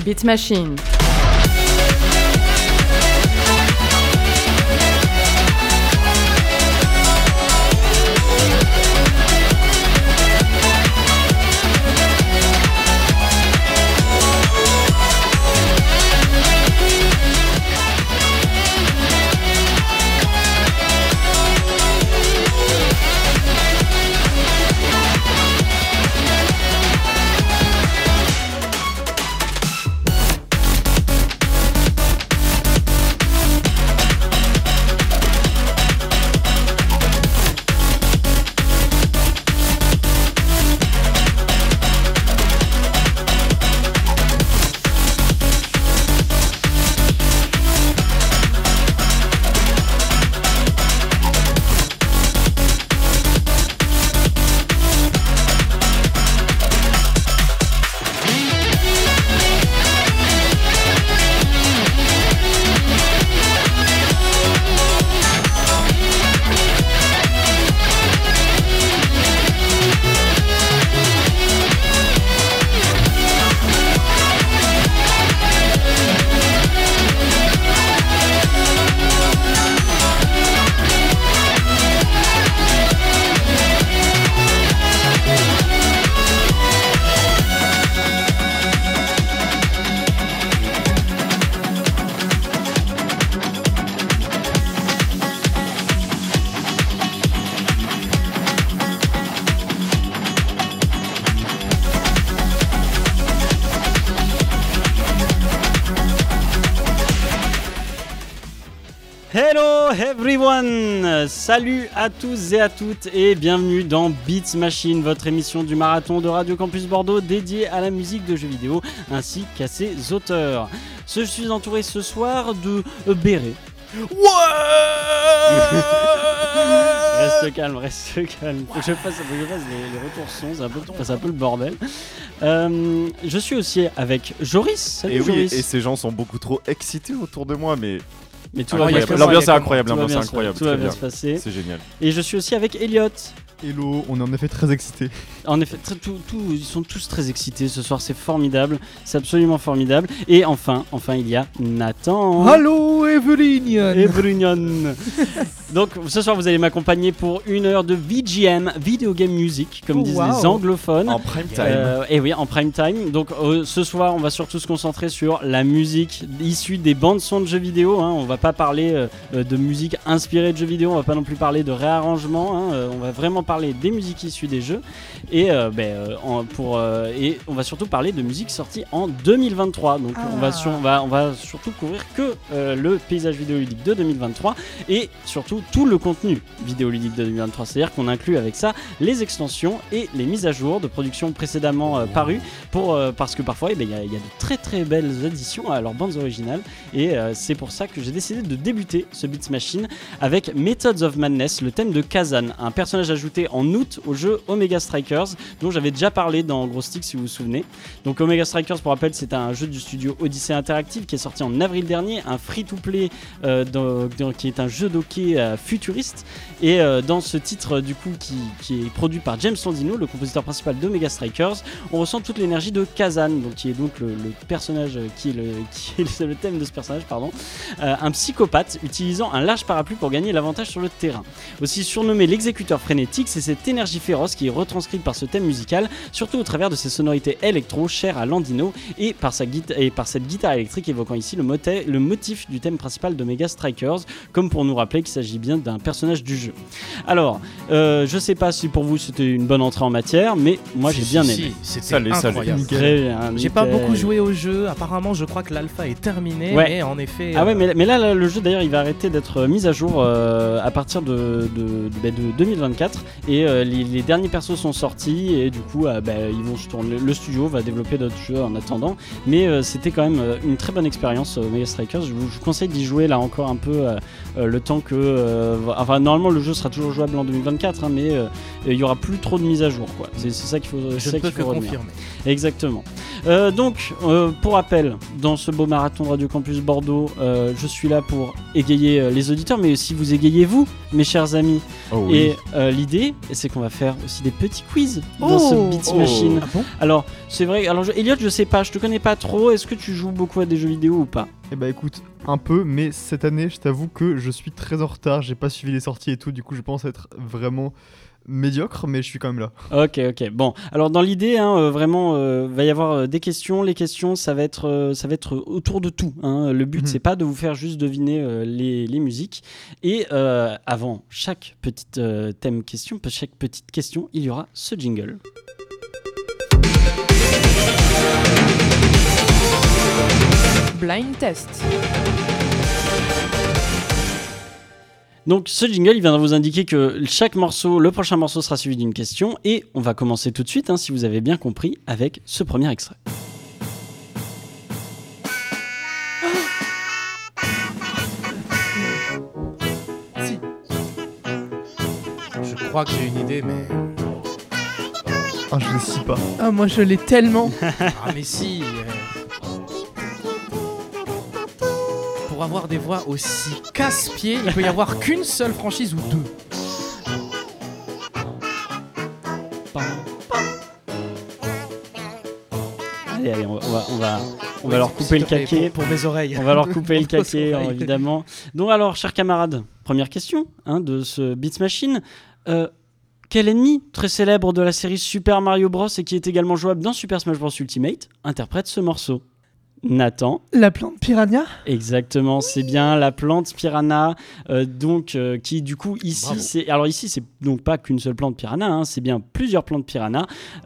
Beat Machine. Hello everyone! Salut à tous et à toutes et bienvenue dans Beat Machine, votre émission du marathon de Radio Campus Bordeaux dédiée à la musique de jeux vidéo ainsi qu'à ses auteurs. Je suis entouré ce soir de Béré. Ouais! Reste calme. Faut que je fasse les retours son, c'est un peu le bordel. Je suis aussi avec Joris. Salut et Joris. Oui, et ces gens sont beaucoup trop excités autour de moi, mais tout va bien se passer. L'ambiance est incroyable, Tout va bien se passer. C'est génial. Et je suis aussi avec Elliot. Hello, on est en effet très excités. En effet, ils sont tous très excités ce soir, c'est formidable, c'est absolument formidable. Et enfin, il y a Nathan. Allô, Evelynian. Donc ce soir, vous allez m'accompagner pour une heure de VGM, Video Game Music, comme disent les anglophones. En prime time. Et oui, en prime time. Donc ce soir, on va surtout se concentrer sur la musique issue des bandes son de jeux vidéo. On va pas parler de musique inspirée de jeux vidéo, on va pas non plus parler de réarrangement. On va vraiment parler des musiques issues des jeux et on va surtout parler de musique sortie en 2023. Donc on va surtout couvrir que le paysage vidéoludique de 2023 et surtout tout le contenu vidéoludique de 2023. C'est-à-dire qu'on inclut avec ça les extensions et les mises à jour de productions précédemment parues parce que parfois il y a de très très belles additions à leurs bandes originales et c'est pour ça que j'ai décidé de débuter ce Beat Machine avec Methods of Madness, le thème de Kazan, un personnage ajouté en août au jeu Omega Strikers dont j'avais déjà parlé dans Gros Stick si vous vous souvenez. Donc Omega Strikers, pour rappel, c'est un jeu du studio Odyssey Interactive qui est sorti en avril dernier, un free-to-play qui est un jeu d'hockey futuriste et dans ce titre du coup qui est produit par James Landino, le compositeur principal d'Omega Strikers, on ressent toute l'énergie de Kazan, donc qui est donc le personnage qui est le thème de ce personnage, un psychopathe utilisant un large parapluie pour gagner l'avantage sur le terrain. Aussi surnommé l'exécuteur frénétique, c'est cette énergie féroce qui est retranscrite par ce thème musical, surtout au travers de ses sonorités électro chères à Landino et par cette guitare électrique évoquant ici le motif du thème principal d'Omega Strikers, comme pour nous rappeler qu'il s'agit bien d'un personnage du jeu. Alors, je sais pas si pour vous c'était une bonne entrée en matière, mais moi j'ai bien aimé. C'était incroyable. J'ai pas beaucoup joué au jeu, apparemment je crois que l'alpha est terminée, mais en effet... Ah ouais, mais là le jeu d'ailleurs il va arrêter d'être mis à jour à partir de 2024 et les derniers persos sont sortis et du coup ils vont se tourner, le studio va développer d'autres jeux en attendant, mais c'était quand même une très bonne expérience Omega Strikers. Je vous conseille d'y jouer là encore un peu le temps que normalement le jeu sera toujours jouable en 2024 mais il y aura plus trop de mises à jour quoi. C'est ça qu'il faut confirmer. Exactement. Donc pour rappel, dans ce beau marathon de Radio Campus Bordeaux, je suis là là pour égayer les auditeurs, mais aussi vous égayer vous, mes chers amis. Oh, oui. Et l'idée, c'est qu'on va faire aussi des petits quiz dans ce Beats Machine. Ah bon ? Alors, c'est vrai. Alors, Elliot, je sais pas, je te connais pas trop. Est-ce que tu joues beaucoup à des jeux vidéo ou pas ? Eh bah écoute, un peu, mais cette année, je t'avoue que je suis très en retard, j'ai pas suivi les sorties et tout, du coup je pense être vraiment médiocre, mais je suis quand même là. Ok. Bon, alors dans l'idée, vraiment, va y avoir des questions. Les questions, ça va être autour de tout. Le but, c'est pas de vous faire juste deviner les musiques. Et avant chaque petite thème question, chaque petite question, il y aura ce jingle. Blind test. Donc ce jingle, il viendra vous indiquer que chaque morceau, le prochain morceau sera suivi d'une question. Et on va commencer tout de suite, si vous avez bien compris, avec ce premier extrait. Si. Je crois que j'ai une idée, mais... Ah, je les scie pas. Ah, moi je l'ai tellement. Ah mais si. Pour avoir des voix aussi casse-pieds, il peut y avoir qu'une seule franchise ou deux. Allez, on va leur couper le caquet. Pour mes oreilles. On va leur couper le Pour vos caquet, oreilles. évidemment. Donc alors, chers camarades, première question de ce Beats Machine. Quel ennemi très célèbre de la série Super Mario Bros. Et qui est également jouable dans Super Smash Bros. Ultimate interprète ce morceau ? Nathan. La plante piranha. Exactement, c'est bien la plante piranha, qui du coup ici, c'est donc pas qu'une seule plante piranha, c'est bien plusieurs plantes piranha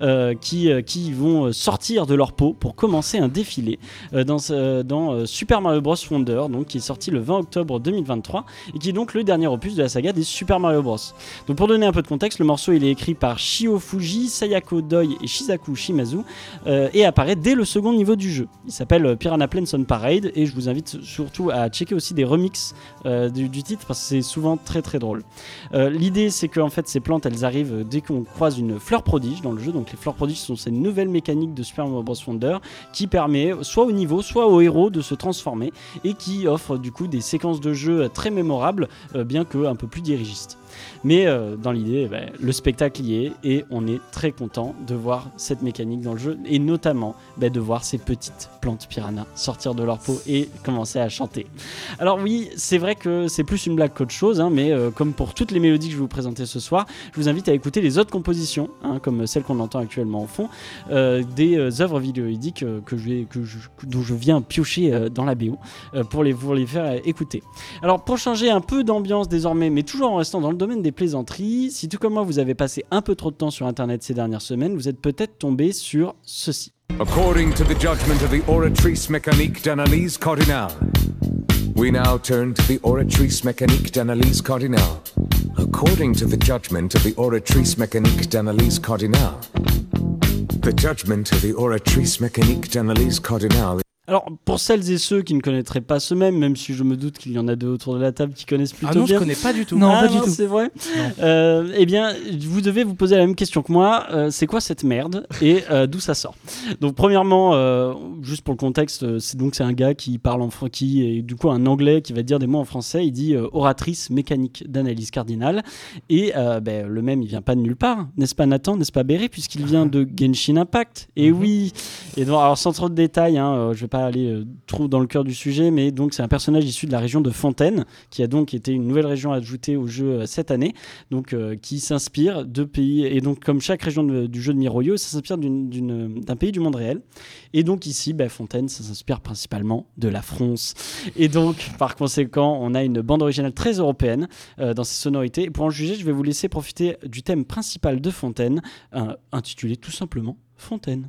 qui vont sortir de leur peau pour commencer un défilé dans Super Mario Bros. Wonder, donc qui est sorti le 20 octobre 2023 et qui est donc le dernier opus de la saga des Super Mario Bros. Donc pour donner un peu de contexte, le morceau il est écrit par Shio Fuji, Sayako Doi et Shizaku Shimazu et apparaît dès le second niveau du jeu. Il s'appelle Piranha Plants on Parade et je vous invite surtout à checker aussi des remixes du titre parce que c'est souvent très très drôle. L'idée c'est que en fait ces plantes elles arrivent dès qu'on croise une fleur prodige dans le jeu, donc les fleurs prodiges sont ces nouvelles mécaniques de Super Mario Bros Wonder qui permet soit au niveau soit au héros de se transformer et qui offre du coup des séquences de jeu très mémorables bien que un peu plus dirigistes. Mais dans l'idée, le spectacle y est et on est très content de voir cette mécanique dans le jeu et notamment de voir ces petites plantes piranha sortir de leur peau et commencer à chanter. Alors oui, c'est vrai que c'est plus une blague qu'autre chose, mais comme pour toutes les mélodies que je vais vous présenter ce soir, je vous invite à écouter les autres compositions, comme celles qu'on entend actuellement au fond, des œuvres vidéoludiques dont je viens piocher dans la BO pour les faire écouter. Alors pour changer un peu d'ambiance désormais, mais toujours en restant dans le domaine des plaisanteries, si tout comme moi vous avez passé un peu trop de temps sur internet ces dernières semaines, vous êtes peut-être tombé sur ceci. According to the judgment of the Oratrice Mécanique d'Analyse Cardinale, we now turn to the Oratrice Mécanique d'Analyse Cardinale. According to the judgment of the Oratrice Mécanique d'Analyse Cardinale, the judgment of the Oratrice Mécanique d'Analyse Cardinale. Alors, pour celles et ceux qui ne connaîtraient pas ce même si je me doute qu'il y en a deux autour de la table qui connaissent plutôt bien. Ah non, je connais pas du tout. Non, pas du tout. C'est vrai. Eh bien, vous devez vous poser la même question que moi. C'est quoi cette merde et d'où ça sort? Donc, premièrement, juste pour le contexte, c'est un gars qui parle qui est du coup un anglais qui va dire des mots en français. Il dit oratrice mécanique d'analyse cardinale. Et le même, il vient pas de nulle part, n'est-ce pas Nathan, n'est-ce pas Béré, puisqu'il vient de Genshin Impact. Et oui. Et donc, alors sans trop de détails, je vais pas aller trop dans le cœur du sujet, mais donc c'est un personnage issu de la région de Fontaine, qui a donc été une nouvelle région ajoutée au jeu cette année, donc qui s'inspire de pays, et donc comme chaque région du jeu de Miroyo, ça s'inspire d'un pays du monde réel, et donc ici, Fontaine, ça s'inspire principalement de la France, et donc par conséquent, on a une bande originale très européenne dans ses sonorités, et pour en juger, je vais vous laisser profiter du thème principal de Fontaine, intitulé tout simplement Fontaine.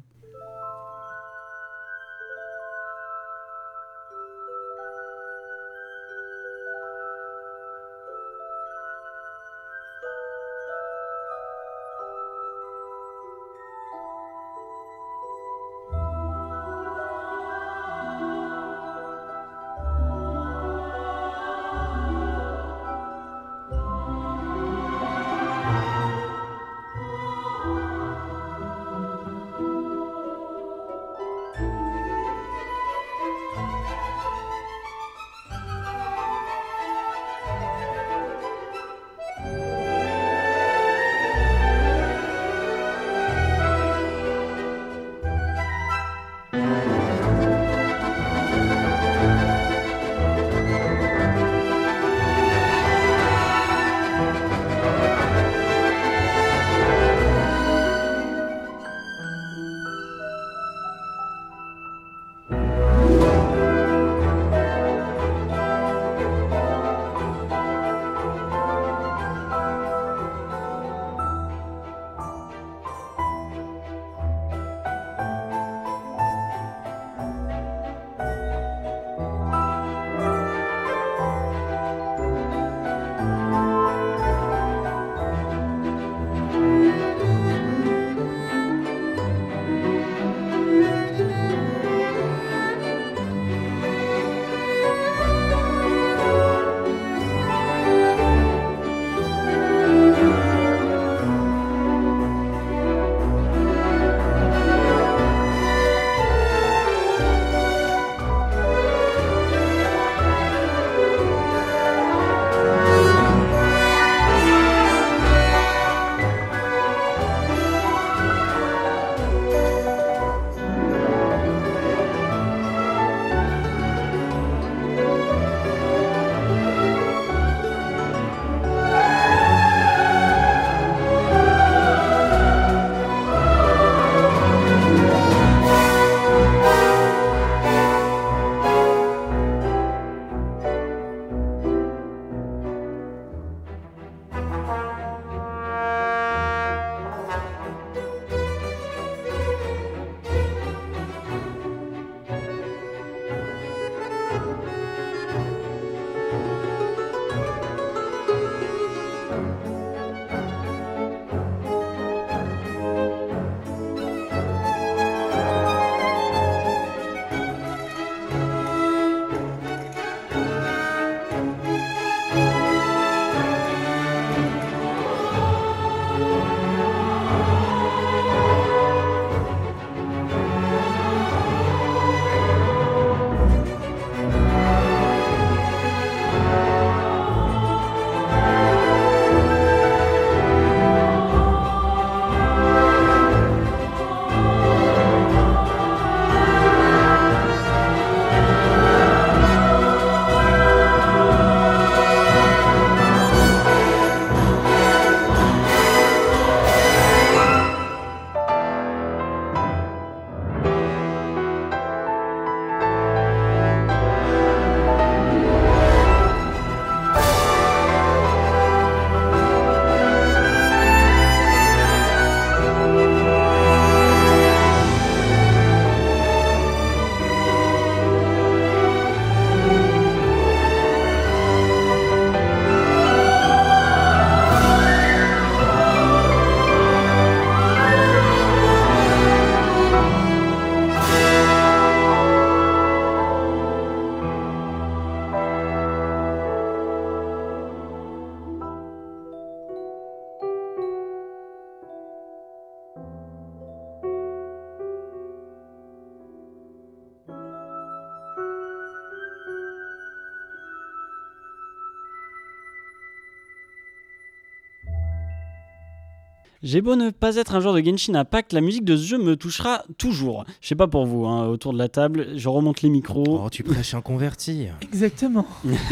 J'ai beau ne pas être un joueur de Genshin Impact, la musique de ce jeu me touchera toujours. Je sais pas pour vous, hein, autour de la table, je remonte les micros. Oh, tu prêches un converti. Exactement.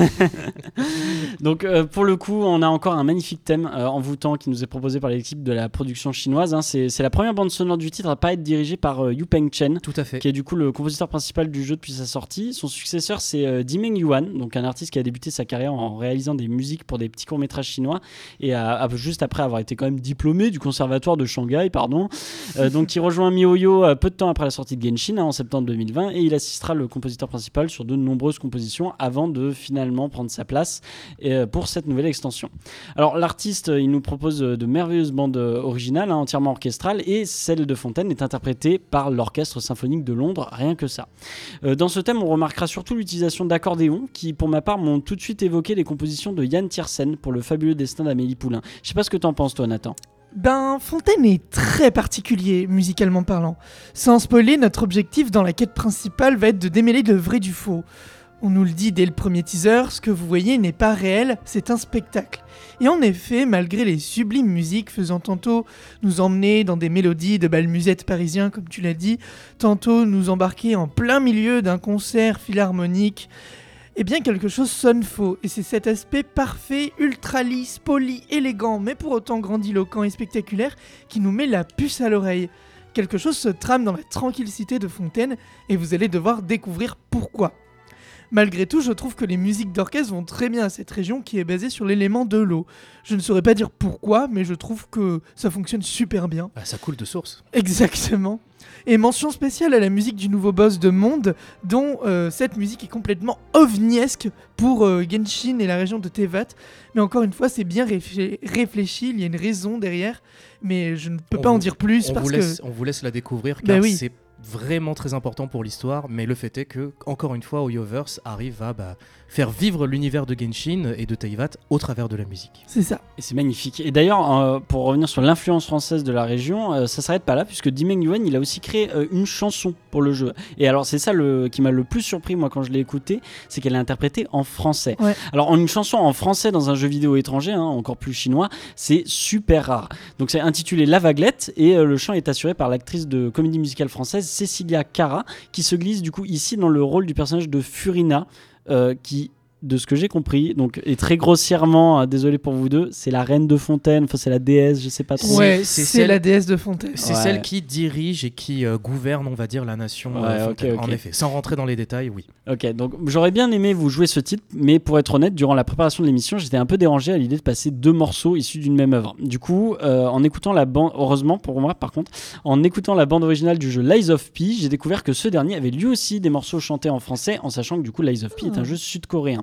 Donc pour le coup, on a encore un magnifique thème envoûtant qui nous est proposé par l'équipe de la production chinoise. Hein. C'est la première bande sonore du titre à pas être dirigée par Yu Peng Chen, Tout à fait. qui est du coup le compositeur principal du jeu depuis sa sortie. Son successeur, c'est Dimeng Yuan, donc un artiste qui a débuté sa carrière en réalisant des musiques pour des petits courts-métrages chinois et juste après avoir été quand même diplômé du conservatoire de Shanghai, donc il rejoint MiHoYo peu de temps après la sortie de Genshin, en septembre 2020, et il assistera le compositeur principal sur de nombreuses compositions avant de finalement prendre sa place pour cette nouvelle extension. Alors l'artiste, il nous propose de merveilleuses bandes originales, entièrement orchestrales, et celle de Fontaine est interprétée par l'Orchestre Symphonique de Londres, rien que ça. Dans ce thème, on remarquera surtout l'utilisation d'accordéons qui, pour ma part, m'ont tout de suite évoqué les compositions de Yann Tiersen pour Le Fabuleux Destin d'Amélie Poulain. Je sais pas ce que t'en penses, toi, Nathan. Ben, Fontaine est très particulier, musicalement parlant. Sans spoiler, notre objectif dans la quête principale va être de démêler le vrai du faux. On nous le dit dès le premier teaser, ce que vous voyez n'est pas réel, c'est un spectacle. Et en effet, malgré les sublimes musiques faisant tantôt nous emmener dans des mélodies de bal musette parisien, comme tu l'as dit, tantôt nous embarquer en plein milieu d'un concert philharmonique, eh bien quelque chose sonne faux, et c'est cet aspect parfait, ultra lisse, poli, élégant, mais pour autant grandiloquent et spectaculaire qui nous met la puce à l'oreille. Quelque chose se trame dans la tranquillité de Fontaine, et vous allez devoir découvrir pourquoi. Malgré tout, je trouve que les musiques d'orchestre vont très bien à cette région qui est basée sur l'élément de l'eau. Je ne saurais pas dire pourquoi, mais je trouve que ça fonctionne super bien. Ah, ça coule de source. Exactement. Et mention spéciale à la musique du nouveau boss de Monde, dont cette musique est complètement ovniesque pour Genshin et la région de Tevat. Mais encore une fois, c'est bien réfléchi, il y a une raison derrière, mais je ne peux pas en dire plus parce que... On vous laisse la découvrir car oui. c'est vraiment très important pour l'histoire, mais le fait est que, encore une fois, Hoyoverse arrive à faire vivre l'univers de Genshin et de Teyvat au travers de la musique. C'est ça. Et c'est magnifique. Et d'ailleurs, pour revenir sur l'influence française de la région, ça s'arrête pas là, puisque Dimeng Yuan, il a aussi créé une chanson pour le jeu. Et alors, c'est ça qui m'a le plus surpris, moi, quand je l'ai écoutée, c'est qu'elle est interprétée en français. Ouais. Alors, une chanson en français dans un jeu vidéo étranger, encore plus chinois, c'est super rare. Donc, c'est intitulé La Vaguelette, et le chant est assuré par l'actrice de comédie musicale française Cécilia Cara, qui se glisse du coup ici dans le rôle du personnage de Furina, qui, de ce que j'ai compris, donc est très grossièrement, désolé pour vous deux, c'est la reine de Fontaine, enfin c'est la déesse, je sais pas trop. Ouais, c'est c'est celle- la déesse de Fontaine. C'est celle qui dirige et qui gouverne, on va dire, la nation Fontaine. ok. En effet, sans rentrer dans les détails, oui. Ok, donc j'aurais bien aimé vous jouer ce titre, mais pour être honnête, durant la préparation de l'émission, j'étais un peu dérangé à l'idée de passer deux morceaux issus d'une même œuvre. Du coup, en écoutant la bande, heureusement pour moi par contre, en écoutant la bande originale du jeu Lies of P, j'ai découvert que ce dernier avait lui aussi des morceaux chantés en français, en sachant que du coup Lies of P est un jeu sud-coréen.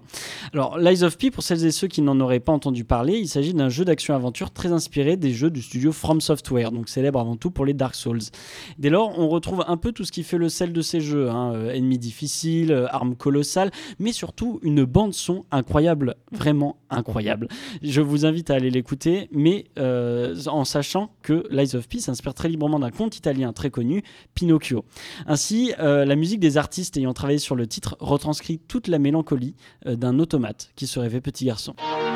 Alors, Lies of P, pour celles et ceux qui n'en auraient pas entendu parler, il s'agit d'un jeu d'action-aventure très inspiré des jeux du studio From Software, donc célèbre avant tout pour les Dark Souls. Dès lors, on retrouve un peu tout ce qui fait le sel de ces jeux, ennemis difficiles, armes colossales, mais surtout une bande-son incroyable, vraiment incroyable. Je vous invite à aller l'écouter, mais en sachant que Lies of P s'inspire très librement d'un conte italien très connu, Pinocchio. Ainsi, la musique des artistes ayant travaillé sur le titre retranscrit toute la mélancolie d'un automate qui se rêvait petit garçon.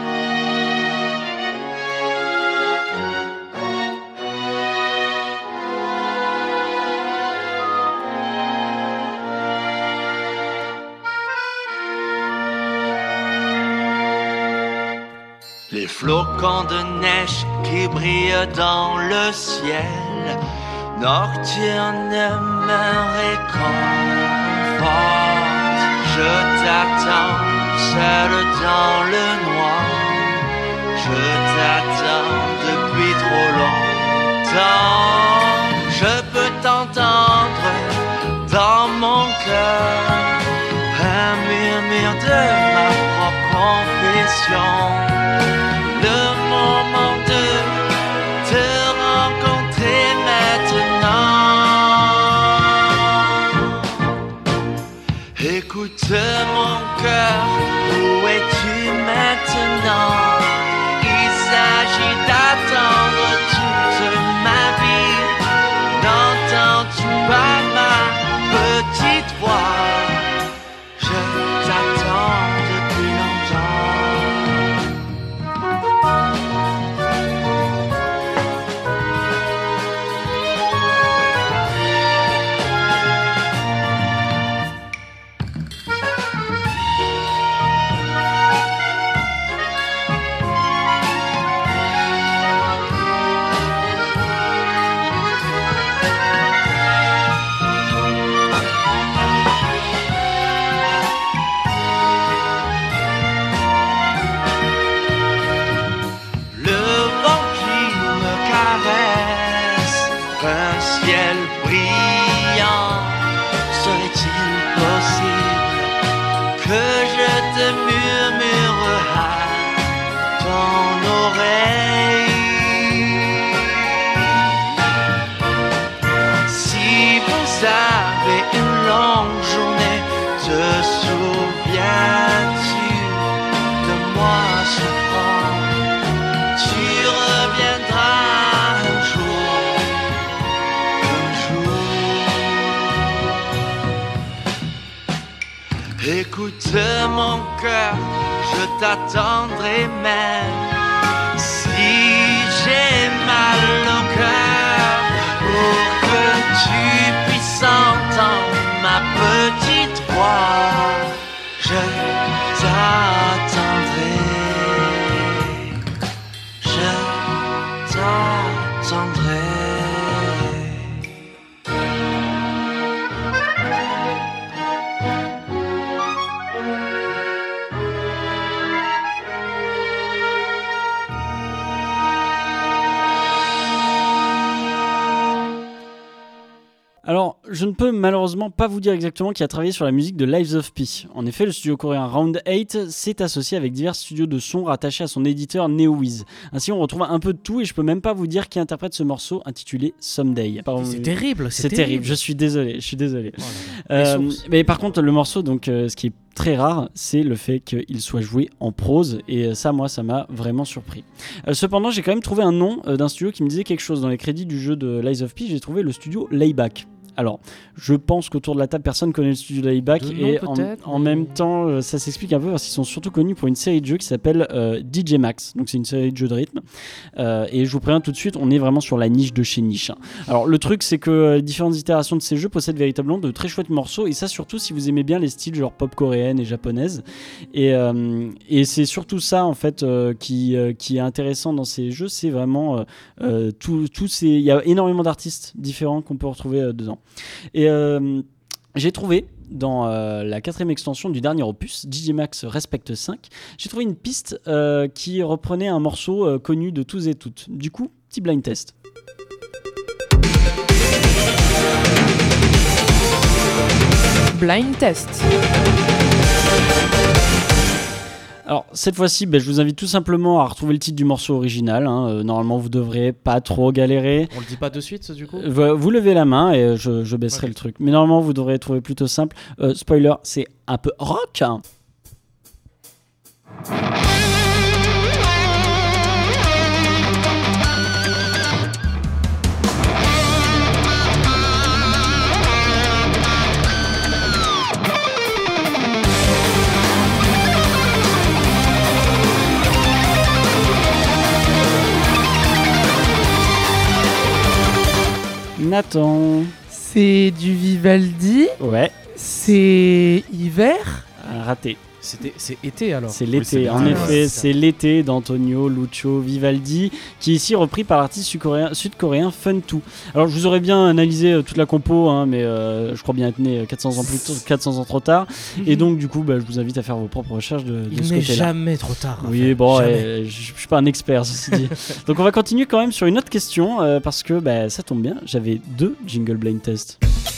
Les flocons de neige qui brillent dans le ciel nocturne me réconforte. Je t'attends seul dans le noir. Je t'attends depuis trop longtemps. Je peux t'entendre dans mon cœur, un murmure de ma propre confession. Le moment de te rencontrer maintenant. Écoute mon cœur, où es-tu maintenant? Il s'agit d'attendre toute ma vie. N'entends-tu pas ma petite voix? Je t'attends depuis longtemps. Écoute mon cœur, je t'attendrai même si j'ai mal au cœur, pour que tu puisses entendre ma petite voix. Je t'attendrai, je t'attendrai. Alors, je ne peux malheureusement pas vous dire exactement qui a travaillé sur la musique de Lies of P. En effet, le studio coréen Round 8 s'est associé avec divers studios de son rattachés à son éditeur NeoWiz. Ainsi, on retrouve un peu de tout et je peux même pas vous dire qui interprète ce morceau intitulé Someday. C'est terrible, c'est terrible. Je suis désolé. Oh là là. Mais par contre, le morceau, donc, ce qui est très rare, c'est le fait qu'il soit joué en prose et ça, moi, ça m'a vraiment surpris. Cependant, j'ai quand même trouvé un nom d'un studio qui me disait quelque chose. Dans les crédits du jeu de Lies of P, j'ai trouvé le studio Layback. Alors, je pense qu'autour de la table, personne connaît le studio Layback et en même temps, ça s'explique un peu parce qu'ils sont surtout connus pour une série de jeux qui s'appelle DJ Max. Donc, c'est une série de jeux de rythme. Et je vous préviens tout de suite, on est vraiment sur la niche de chez niche. Alors, le truc, c'est que les différentes itérations de ces jeux possèdent véritablement de très chouettes morceaux et ça, surtout si vous aimez bien les styles genre pop coréenne et japonaise. Et c'est surtout ça, en fait, qui est intéressant dans ces jeux. C'est vraiment il y a énormément d'artistes différents qu'on peut retrouver dedans. Et j'ai trouvé dans la 4e extension du dernier opus, DJ Max Respect 5, j'ai trouvé une piste qui reprenait un morceau connu de tous et toutes. Du coup, petit blind test. Blind test. Alors cette fois-ci, je vous invite tout simplement à retrouver le titre du morceau original. Normalement, vous devrez pas trop galérer. On le dit pas de suite, du coup. Vous levez la main et je baisserai le truc. Mais normalement, vous devrez trouver plutôt simple. Spoiler, c'est un peu rock. Nathan. C'est du Vivaldi. Ouais. C'est hiver. Raté. C'est été alors. C'est l'été, Oui, c'est en l'été, effet, ouais. c'est l'été d'Antonio Lucio Vivaldi, qui est ici repris par l'artiste sud-coréen Fun2. Alors je vous aurais bien analysé toute la compo, mais je crois bien être né 400 ans trop tard, et donc du coup je vous invite à faire vos propres recherches de Il ce n'est côté-là. jamais trop tard. Oui, Raphaël, bon, jamais. je suis pas un expert, ceci dit. Donc on va continuer quand même sur une autre question, parce que ça tombe bien, j'avais 2 jingle blind tests.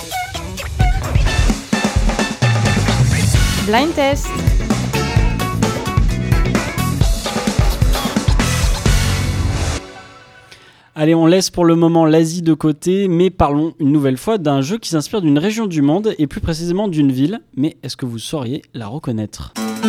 Blind test. Allez, on laisse pour le moment l'Asie de côté, mais parlons une nouvelle fois d'un jeu qui s'inspire d'une région du monde, et plus précisément d'une ville. Mais est-ce que vous sauriez la reconnaître ?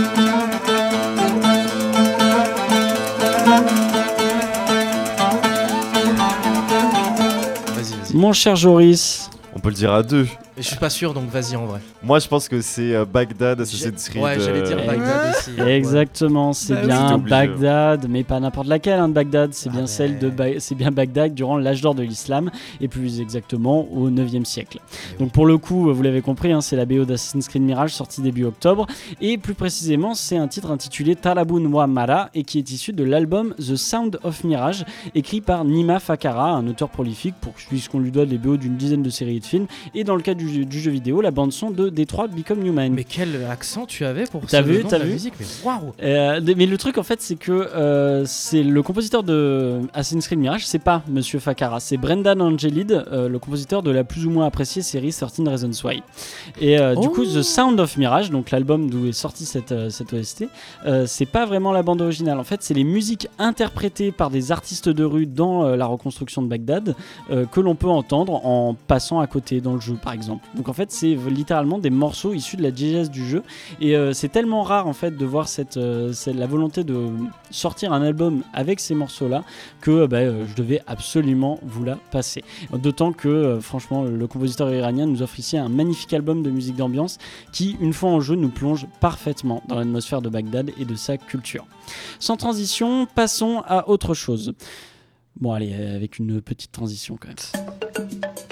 Vas-y. Mon cher Joris, On peut le dire à 2. Mais je suis pas sûr, donc vas-y en vrai. Moi, je pense que c'est Bagdad, Assassin's Creed. Ouais, j'allais dire Bagdad aussi. exactement, c'est Bah bien oui. C'était obligé. Bagdad, mais pas n'importe laquelle de Bagdad, c'est bien mais- celle c'est bien Bagdad durant l'âge d'or de l'islam, et plus exactement au 9e siècle. Donc pour le coup, vous l'avez compris, c'est la BO d'Assassin's Creed Mirage sortie début octobre, et plus précisément, c'est un titre intitulé Talabun wa Mara, et qui est issu de l'album The Sound of Mirage, écrit par Nima Fakara, un auteur prolifique, puisqu'on lui doit les BO d'une dizaine de séries et de films, et dans le cas du jeu vidéo, la bande-son de Detroit Become Human. Mais quel accent tu avais pour T'as ce vu, nom t'as de la vu musique, mais waouh. Mais le truc en fait c'est que c'est le compositeur de Assassin's Creed Mirage, c'est pas Monsieur Fakara, c'est Brendan Angelid, le compositeur de la plus ou moins appréciée série 13 Reasons Why. Et du coup The Sound of Mirage, donc l'album d'où est sorti cette OST, c'est pas vraiment la bande originale. En fait c'est les musiques interprétées par des artistes de rue dans la reconstruction de Bagdad que l'on peut entendre en passant à côté dans le jeu par exemple. Donc en fait c'est littéralement des morceaux issus de la digeste du jeu, et c'est tellement rare en fait de voir la volonté de sortir un album avec ces morceaux là que je devais absolument vous la passer, d'autant que franchement le compositeur iranien nous offre ici un magnifique album de musique d'ambiance qui une fois en jeu nous plonge parfaitement dans l'atmosphère de Bagdad et de sa culture. Sans transition, passons à autre chose. Bon allez, avec une petite transition quand même.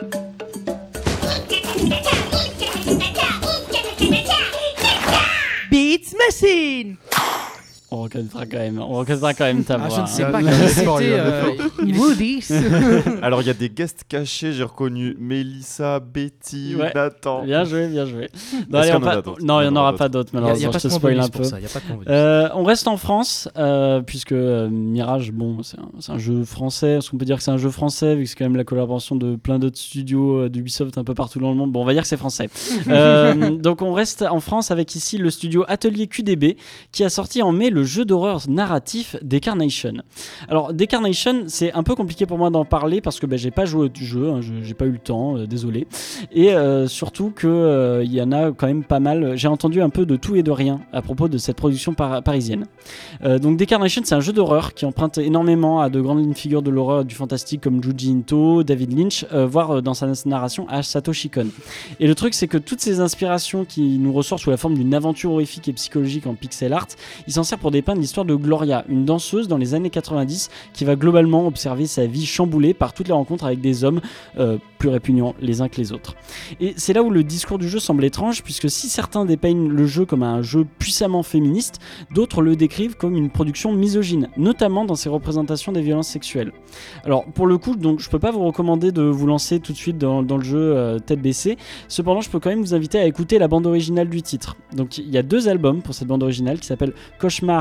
Beats Machine. On reconnaîtra quand même ta voix. Je ne sais hein. pas Il y qui a un effort, il y c'était. a un effort. Moody's. Alors, il y a des guests cachés, j'ai reconnu Mélissa, Betty, Ouais. Nathan. Bien joué, bien joué. Non, Est-ce allez, qu'il y en a d'autres non, il n'y en aura pas d'autres. d'autres, Il n'y malheureusement, a pas je te de spoil un bonus peu. pour ça. Il n'y a pas de bonus. On reste en France, puisque Mirage, bon, c'est un jeu français. Est-ce qu'on peut dire que c'est un jeu français, vu que c'est quand même la collaboration de plein d'autres studios d'Ubisoft un peu partout dans le monde. Bon, on va dire que c'est français. Donc on reste en France avec ici le studio Atelier QDB, qui a sorti en mai le jeu d'horreur narratif Decarnation. Alors Decarnation, c'est un peu compliqué pour moi d'en parler, parce que j'ai pas joué au jeu, j'ai pas eu le temps, désolé. Et surtout que il y en a quand même pas mal. J'ai entendu un peu de tout et de rien à propos de cette production parisienne. Donc Decarnation, c'est un jeu d'horreur qui emprunte énormément à de grandes figures de l'horreur et du fantastique comme Junji Ito, David Lynch, voire dans sa narration à Satoshi Kon. Et le truc, c'est que toutes ces inspirations qui nous ressortent sous la forme d'une aventure horrifique et psychologique en pixel art, il s'en sert pour dépeindre l'histoire de Gloria, une danseuse dans les années 90 qui va globalement observer sa vie chamboulée par toutes les rencontres avec des hommes plus répugnants les uns que les autres. Et c'est là où le discours du jeu semble étrange, puisque si certains dépeignent le jeu comme un jeu puissamment féministe, d'autres le décrivent comme une production misogyne, notamment dans ses représentations des violences sexuelles. Alors pour le coup, donc, je peux pas vous recommander de vous lancer tout de suite dans le jeu tête baissée, cependant je peux quand même vous inviter à écouter la bande originale du titre. Donc il y a 2 albums pour cette bande originale qui s'appelle Cauchemar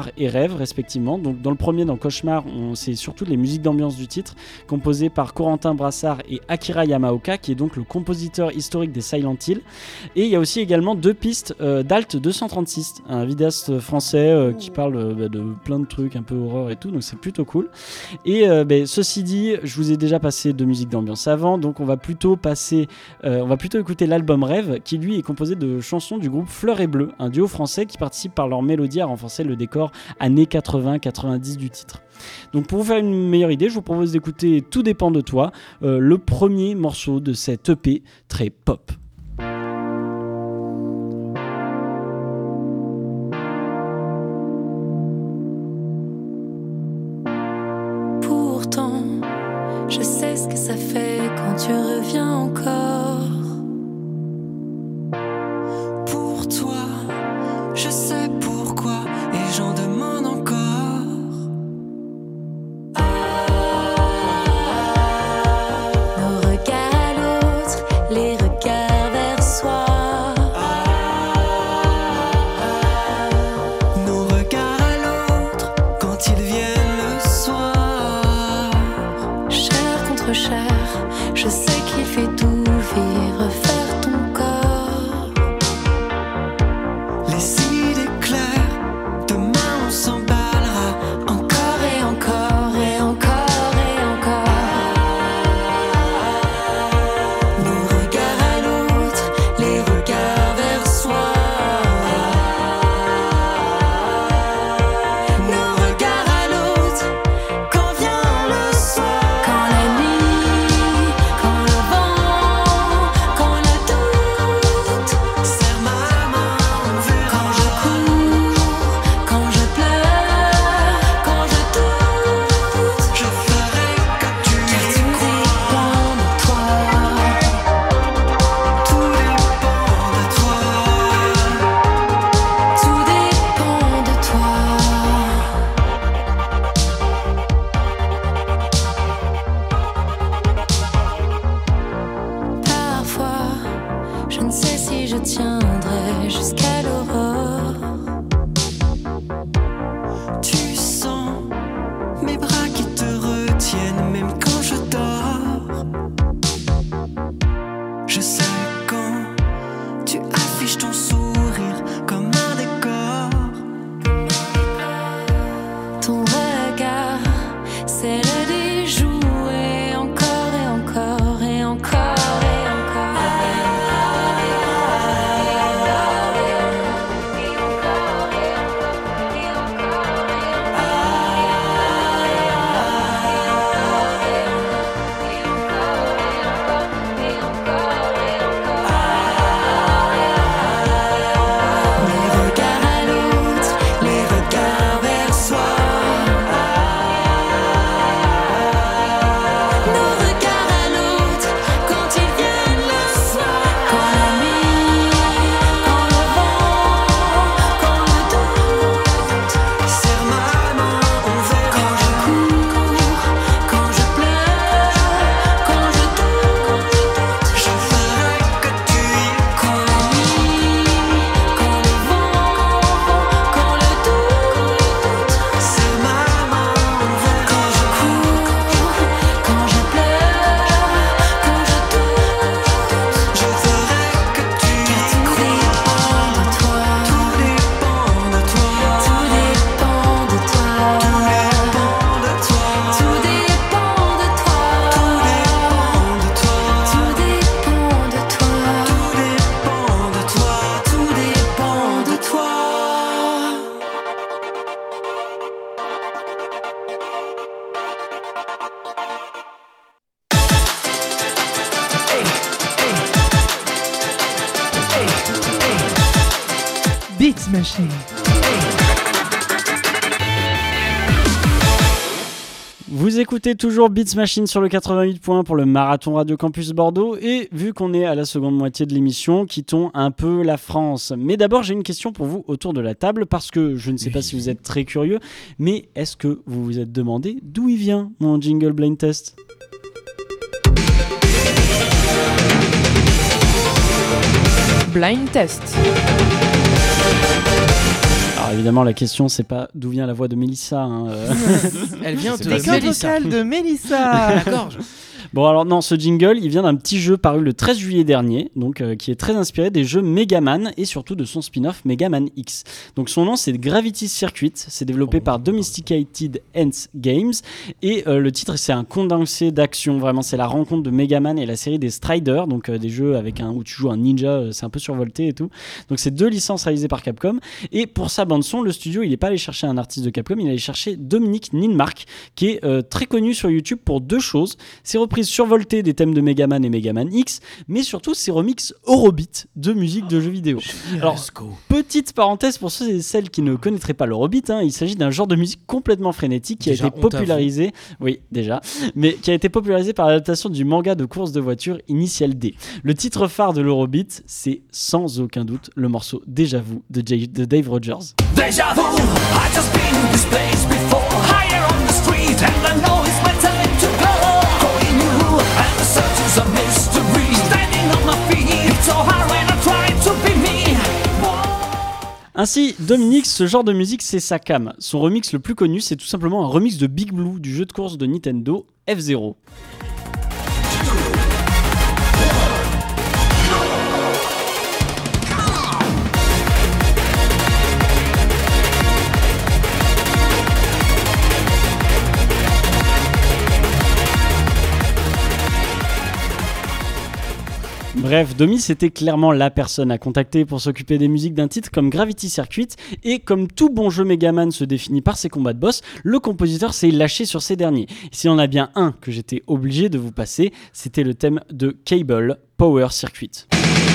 Cauchemar et Rêve respectivement. Donc dans le premier, dans Cauchemar, c'est surtout les musiques d'ambiance du titre, composées par Corentin Brassard et Akira Yamaoka, qui est donc le compositeur historique des Silent Hill. Et il y a aussi également 2 pistes d'Alt 236, un vidéaste français qui parle de plein de trucs un peu horreur et tout, donc c'est plutôt cool. Et ceci dit, je vous ai déjà passé de musique d'ambiance avant, donc on va plutôt écouter l'album Rêve, qui lui est composé de chansons du groupe Fleur et Bleu, un duo français qui participe par leur mélodie à renforcer le décor années 80-90 du titre. Donc pour vous faire une meilleure idée, je vous propose d'écouter Tout dépend de toi, le premier morceau de cette EP très pop. Pourtant, je sais ce que ça fait quand tu reviens encore. Pour toi, je sais pourquoi et j'en demande encore. Nos regards à l'autre, les regards vers soi. Nos regards à l'autre quand ils viennent le soir. Chair contre chair, je sais qu'il fait tout vivre, faire ton corps. Les idées claires, demain on s'emballera encore et encore et encore et encore. Nos regards à l'autre, les regards vers soi. Nos regards à l'autre, quand vient le soir. Quand la nuit, quand le vent, quand le doute serre ma main, on verra. Quand je cours, quand je pleure, quand je doute, je ferai que tu y crois. Tout dépend de toi. Tout dépend de toi. Parfois, je ne sais si je tiendrai jusqu'à l'aurore. Tu sens mes bras qui te retiennent même quand je dors. Je sais quand tu affiches ton sourire comme un décor. Ton regard, c'est le déjouer encore et encore et encore et encore. Les regards à l'autre, les regards vers soi. Nos regards à l'autre, quand ils viennent le soir. Quand la nuit, quand le vent, quand le doute serre ma main, on verra. Quand je cours, quand je pleure, quand je doute, je ferai que tu y crois. Quand la nuit, quand le vent, quand le doute serre ma main, on verra. Quand je cours, quand je pleure, quand je doute, je ferai que tu y crois. Tout dépend de toi. Tout dépend de toi. Tout dépend de toi. Tout dépend de toi. Tout dépend de toi. Tout dépend de toi. Tout dépend de toi. Beats Machine. Vous écoutez toujours Beats Machine sur le 88.1 pour le Marathon Radio Campus Bordeaux, et vu qu'on est à la seconde moitié de l'émission, quittons un peu la France. Mais d'abord, j'ai une question pour vous autour de la table, parce que je ne sais pas si vous êtes très curieux, mais est-ce que vous vous êtes demandé d'où il vient mon jingle blind test ? Blind Test. Alors évidemment, la question, c'est pas d'où vient la voix de Mélissa. Elle vient de Les cordes Mélissa. vocales de Mélissa. D'accord. Bon, alors non, ce jingle, il vient d'un petit jeu paru le 13 juillet dernier, donc qui est très inspiré des jeux Megaman et surtout de son spin-off Megaman X. Donc son nom, c'est Gravity Circuit, c'est développé par Domesticated Ants Games, et le titre, c'est un condensé d'action, vraiment, c'est la rencontre de Megaman et la série des Striders, donc des jeux où tu joues un ninja, c'est un peu survolté et tout. Donc c'est 2 licences réalisées par Capcom, et pour sa bande-son, le studio, il n'est pas allé chercher un artiste de Capcom, il est allé chercher Dominique Ninmark, qui est très connu sur YouTube pour 2 choses, ses reprises survoltées des thèmes de Megaman et Megaman X, mais surtout ses remixes Eurobeat de musique de jeux vidéo. Alors, petite parenthèse pour ceux et celles qui ne connaîtraient pas l'Eurobeat, il s'agit d'un genre de musique complètement frénétique qui Déjà, a été popularisé, oui déjà, mais qui a été popularisé par l'adaptation du manga de course de voiture Initial D. Le titre phare de l'Eurobeat, c'est sans aucun doute le morceau Déjà Vu de Dave Rogers. Deja vu, I just been in this place before. Higher on the street, and I know it's my time to go. Calling you, and the search is a mystery. Standing on my feet, it's so hard when I try to be me. Ainsi, Dominique, ce genre de musique, c'est sa cam. Son remix le plus connu, c'est tout simplement un remix de Big Blue du jeu de course de Nintendo, F-Zero. Bref, Domi, c'était clairement la personne à contacter pour s'occuper des musiques d'un titre comme Gravity Circuit, et comme tout bon jeu Megaman se définit par ses combats de boss, le compositeur s'est lâché sur ces derniers. Et s'il y en a bien un que j'étais obligé de vous passer, c'était le thème de Cable, Power Circuit.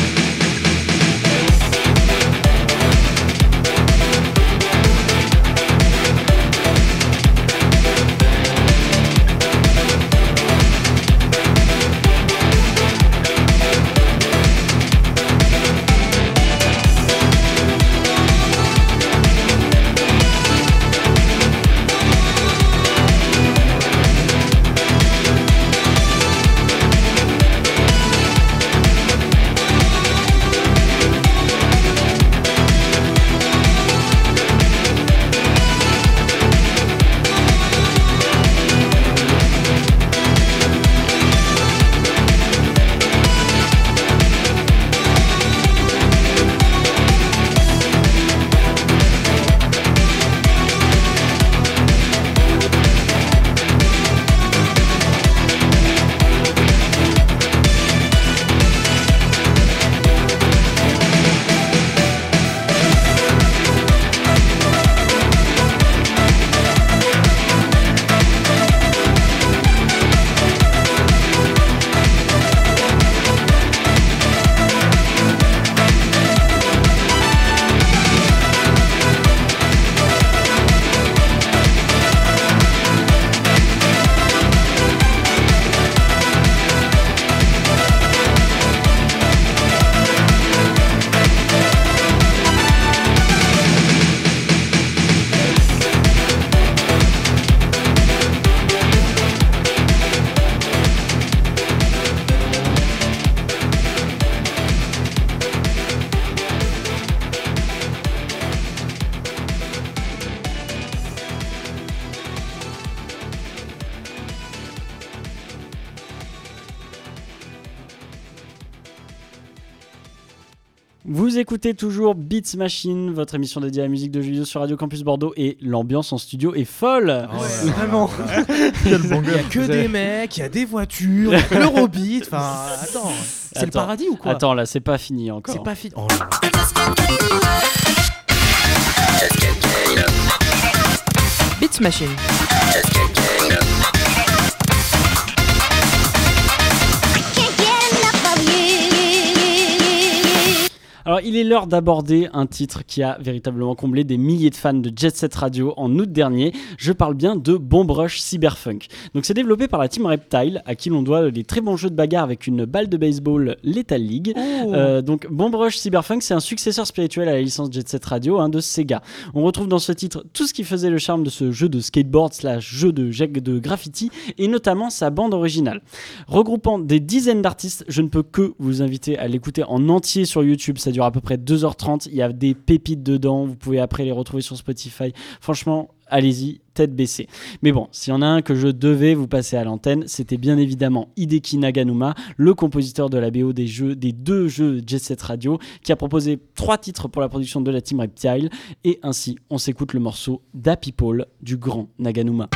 Vous écoutez toujours Beats Machine, votre émission dédiée à la musique de jeux vidéo sur Radio Campus Bordeaux, et l'ambiance en studio est folle. Ouais, Vraiment. Il y a que des mecs, il y a des voitures, l'Eurobeat, enfin attends, c'est le paradis ou quoi? Attends, là c'est pas fini encore. C'est pas fini. Oh là là. Beats Machine. Alors, il est l'heure d'aborder un titre qui a véritablement comblé des milliers de fans de Jet Set Radio en août dernier. Je parle bien de Bomb Rush Cyberfunk. Donc, c'est développé par la team Reptile, à qui l'on doit les très bons jeux de bagarre avec une balle de baseball Lethal League. Donc, Bomb Rush Cyberfunk, c'est un successeur spirituel à la licence Jet Set Radio de Sega. On retrouve dans ce titre tout ce qui faisait le charme de ce jeu de skateboard / jeu de graffiti, et notamment sa bande originale. Regroupant des dizaines d'artistes, je ne peux que vous inviter à l'écouter en entier sur YouTube. Ça dure à peu peu près 2h30. Il y a des pépites dedans. Vous pouvez après les retrouver sur Spotify. Franchement, allez-y, tête baissée. Mais bon, s'il y en a un que je devais vous passer à l'antenne, c'était bien évidemment Hideki Naganuma, le compositeur de la BO des 2 jeux Jet Set Radio, qui a proposé 3 titres pour la production de la Team Reptile. Et ainsi, on s'écoute le morceau d'Happy Paul du grand Naganuma.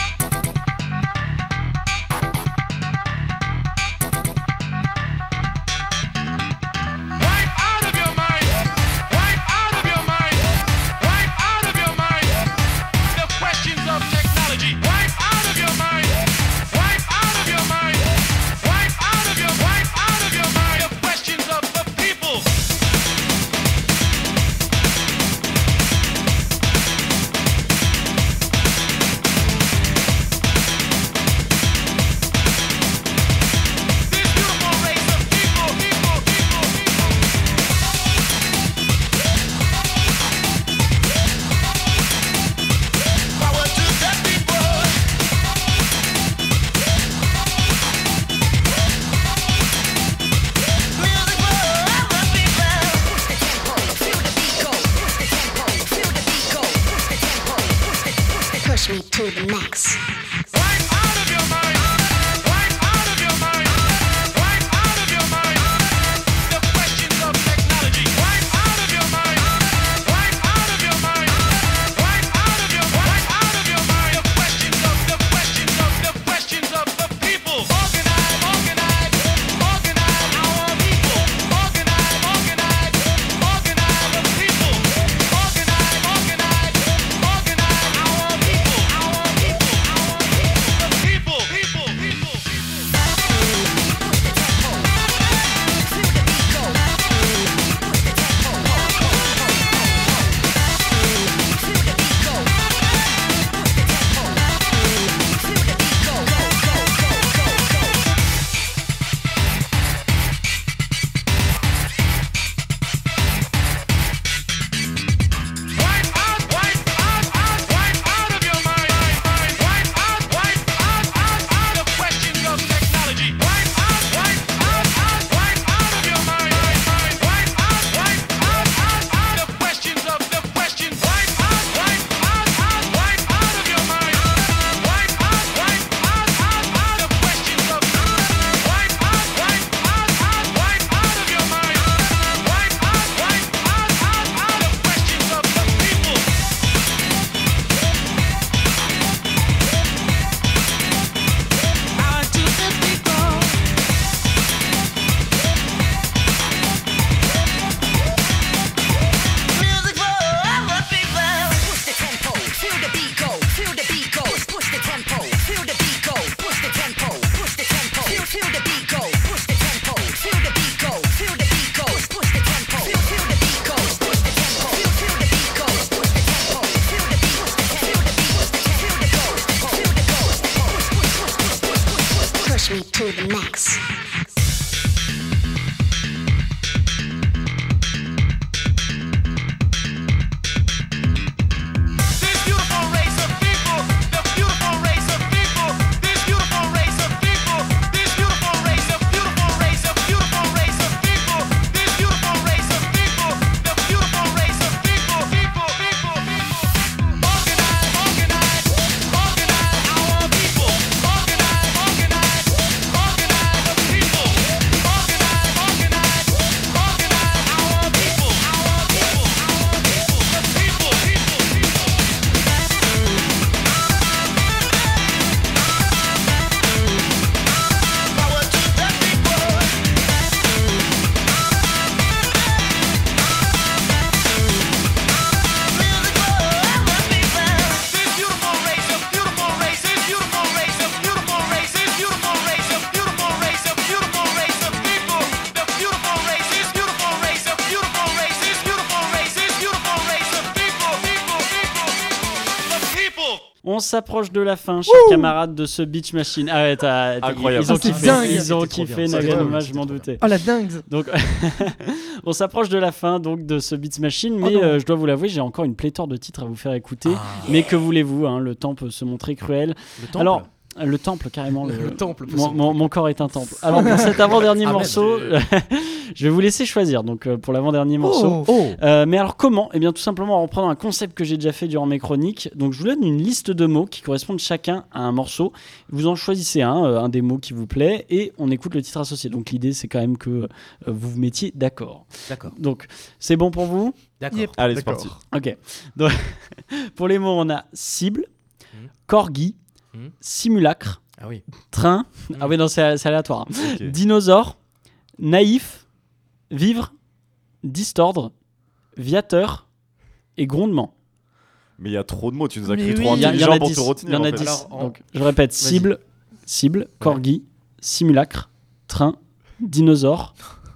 Push me to the max. Push me to the max. On s'approche de la fin, chers camarades de ce Beach Machine. Ah ouais, Incroyable. Ils ont Ah, c'est kiffé, dingue. ils ont C'est trop kiffé bien. Naganuma, C'est je m'en trop bien. doutais. Oh la dingue. Donc, on s'approche de la fin donc de ce Beats Machine, mais non. je dois vous l'avouer, j'ai encore une pléthore de titres à vous faire écouter. Ah. Mais que voulez-vous, hein, le temps peut se montrer cruel. Le temple. Alors, Le temple, carrément. Le temple. Mon corps est un temple. Alors pour cet avant-dernier Ah, morceau, je vais vous laisser choisir. Donc pour l'avant-dernier morceau. Oh. Mais alors comment ? Eh bien tout simplement en reprenant un concept que j'ai déjà fait durant mes chroniques. Donc je vous donne une liste de mots qui correspondent chacun à un morceau. Vous en choisissez un des mots qui vous plaît et on écoute le titre associé. Donc l'idée c'est quand même que vous vous mettiez d'accord. D'accord. Donc c'est bon pour vous ? D'accord. Yep. Allez, c'est D'accord. parti. Ok. Donc, pour les mots on a cible, corgi, simulacre, Ah oui. train. Ah oui non c'est aléatoire. Hein. Ok. Dinosaure, naïf, vivre, distordre, viateur et grondement. Mais il y a trop de mots, tu nous as Mais cru oui. trop Il y en intelligent a pour 10. te Il y retenir. en a en fait. 10. Alors, Donc, je répète, Vas-y. cible, corgi, simulacre, train, dinosaure,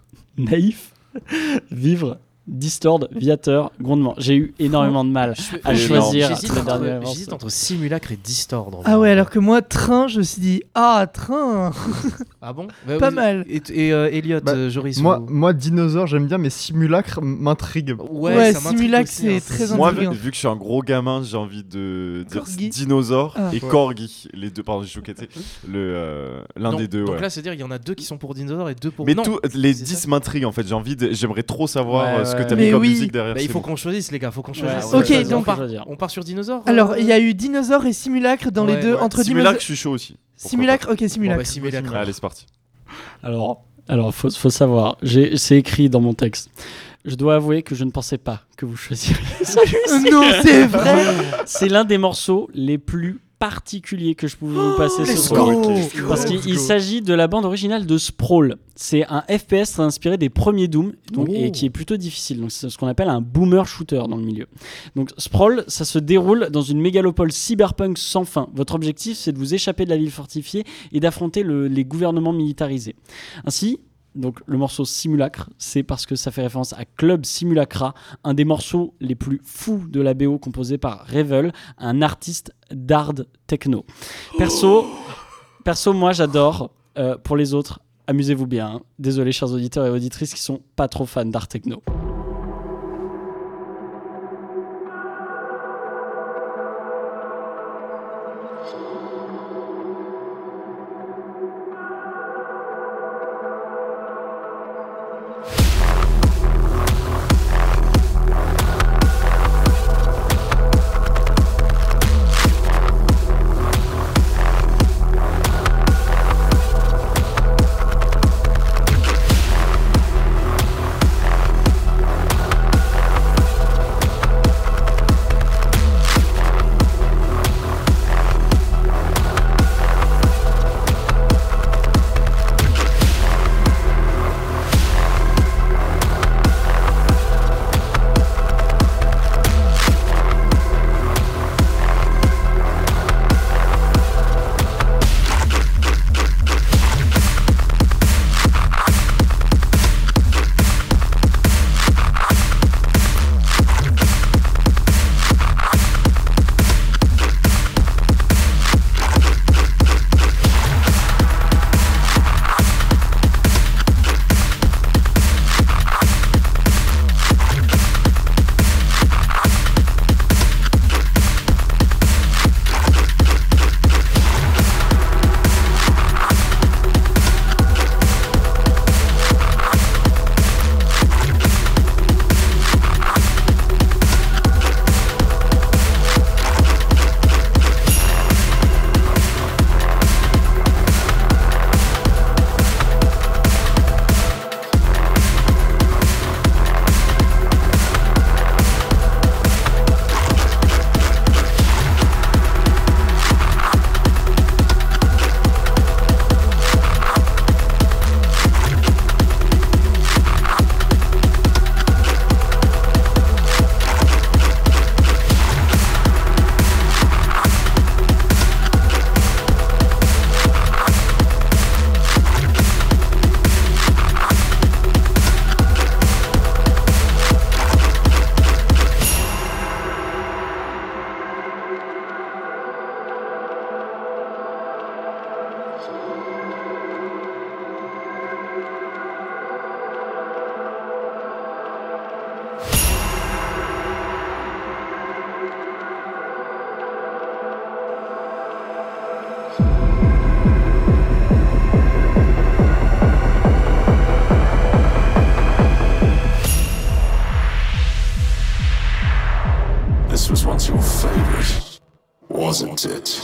naïf, vivre, distord, viateur, grondement. J'ai eu énormément de mal à énorme. choisir J'hésite le dernier entre, morceau. entre simulacre et distordre. Ah ouais, alors que moi, train, je me suis dit, ah, train. Ah bon Pas mal. Et Elliot, Bah, Joris Moi, dinosaure, j'aime bien, mais simulacre m'intrigue. Ouais, ça m'intrigue simulacre, aussi, c'est hein. très Moi, intriguant. vu que je suis un gros gamin, j'ai envie de dire Corgi. dinosaure Ah. et Ouais. corgi. Les deux, pardon, j'ai choqué. L'un Donc- des deux, Donc ouais. là, c'est-à-dire il y en a 2 qui sont pour dinosaure et 2 pour. Mais non. les c'est 10 ça. m'intriguent en fait. J'aimerais trop savoir Ouais, ce que ouais. t'as Mais mis comme oui. musique derrière. Bah, il ces faut mots. qu'on choisisse, les gars, faut qu'on Ouais, choisisse. Ok, choisir, donc- faut choisir. On part sur dinosaure Alors, il y a eu dinosaure et simulacre dans les Ouais, deux. ouais. Entre Simulacre, je suis chaud aussi. Pourquoi Simulacre, ok, Bon, simulacre. bah, simulacre. pas. Allez, c'est parti. Alors, faut savoir, c'est écrit dans mon texte. Je dois avouer que je ne pensais pas que vous choisiriez ça. Non, c'est vrai. C'est l'un des morceaux les plus particuliers que je pouvais vous passer ce Let's soir. go. Parce qu'il s'agit de la bande originale de Sprawl. C'est un FPS très inspiré des premiers Doom donc, et qui est plutôt difficile. Donc, c'est ce qu'on appelle un boomer shooter dans le milieu. Donc Sprawl, ça se déroule dans une mégalopole cyberpunk sans fin. Votre objectif, c'est de vous échapper de la ville fortifiée et d'affronter les gouvernements militarisés. Ainsi, donc le morceau Simulacre, c'est parce que ça fait référence à Club Simulacra, un des morceaux les plus fous de la BO composé par Revel, un artiste d'hard techno. Perso, moi j'adore. Pour les autres, amusez-vous bien. Hein. Désolé chers auditeurs et auditrices qui sont pas trop fans d'hard techno. wasn't it?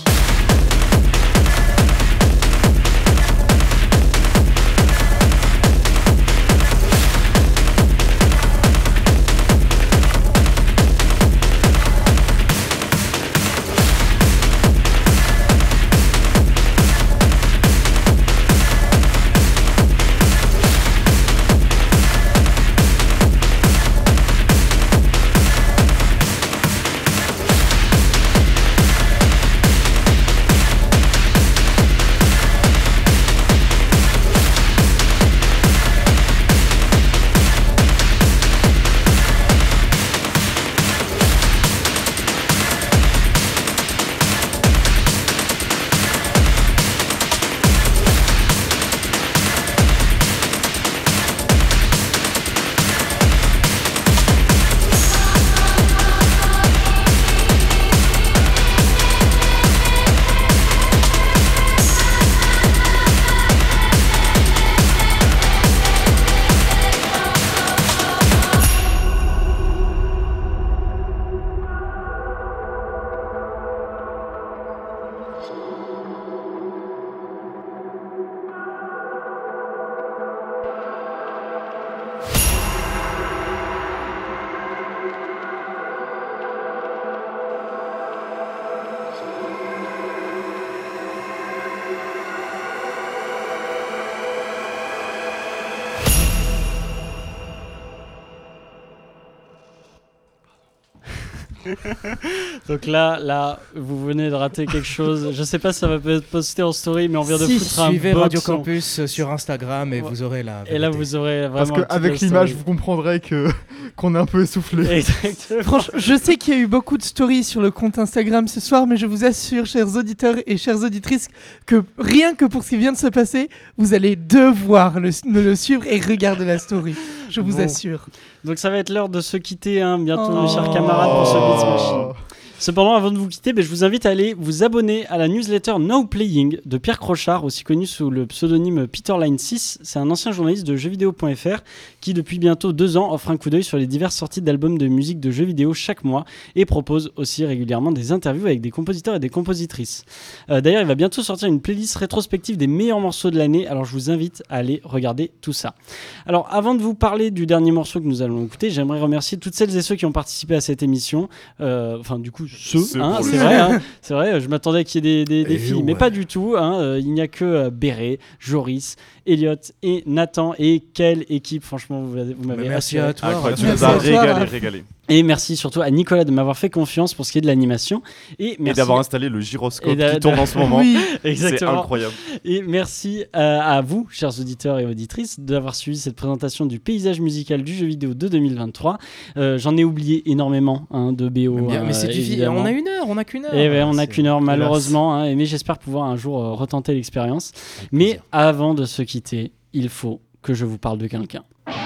Donc là, vous venez de rater quelque chose. Je sais pas si ça va être posté en story, mais on vient de foutre un Suivez box Radio son. Campus sur Instagram et vous aurez la Et là, vérité. vous aurez vraiment. Parce un petit qu'avec story. l'image, vous comprendrez qu'on est un peu essoufflé. Exactement. Franchement, je sais qu'il y a eu beaucoup de stories sur le compte Instagram ce soir, mais je vous assure, chers auditeurs et chères auditrices, que rien que pour ce qui vient de se passer, vous allez devoir le suivre et regarder la story. Je vous Bon. assure. Donc ça va être l'heure de se quitter, hein, bientôt, Oh. mes chers camarades, pour ce Beats Machine. Cependant, avant de vous quitter, je vous invite à aller vous abonner à la newsletter Now Playing de Pierre Crochard, aussi connu sous le pseudonyme Peter Line 6. C'est un ancien journaliste de jeuxvideo.fr qui, depuis bientôt 2 ans, offre un coup d'œil sur les diverses sorties d'albums de musique de jeux vidéo chaque mois et propose aussi régulièrement des interviews avec des compositeurs et des compositrices. D'ailleurs, il va bientôt sortir une playlist rétrospective des meilleurs morceaux de l'année, alors je vous invite à aller regarder tout ça. Alors, avant de vous parler du dernier morceau que nous allons écouter, j'aimerais remercier toutes celles et ceux qui ont participé à cette émission. Enfin, du coup, Ceux hein, pour c'est le vrai, hein, c'est vrai, je m'attendais qu'il y ait des Et filles, mais ouais. pas du tout. Hein, il n'y a que Béré, Joris, Elliot et Nathan. Et quelle équipe, franchement, vous m'avez Merci assuré. à toi. Incroyable, tu Merci nous as à toi, régalé, Raph. régalé. Et merci surtout à Nicolas de m'avoir fait confiance pour ce qui est de l'animation. Et Et merci d'avoir installé le gyroscope Et qui tourne en ce moment. Oui, C'est exactement. incroyable. Et merci à vous, chers auditeurs et auditrices, d'avoir suivi cette présentation du paysage musical du jeu vidéo de 2023. J'en ai oublié énormément de BO. Mais c'est difficile. évidemment. On a une heure, on a qu'une heure. Et ouais, on n'a C'est- qu'une heure malheureusement, hein, mais j'espère pouvoir un jour retenter l'expérience. Mais avant de se quitter, il faut que je vous parle de quelqu'un.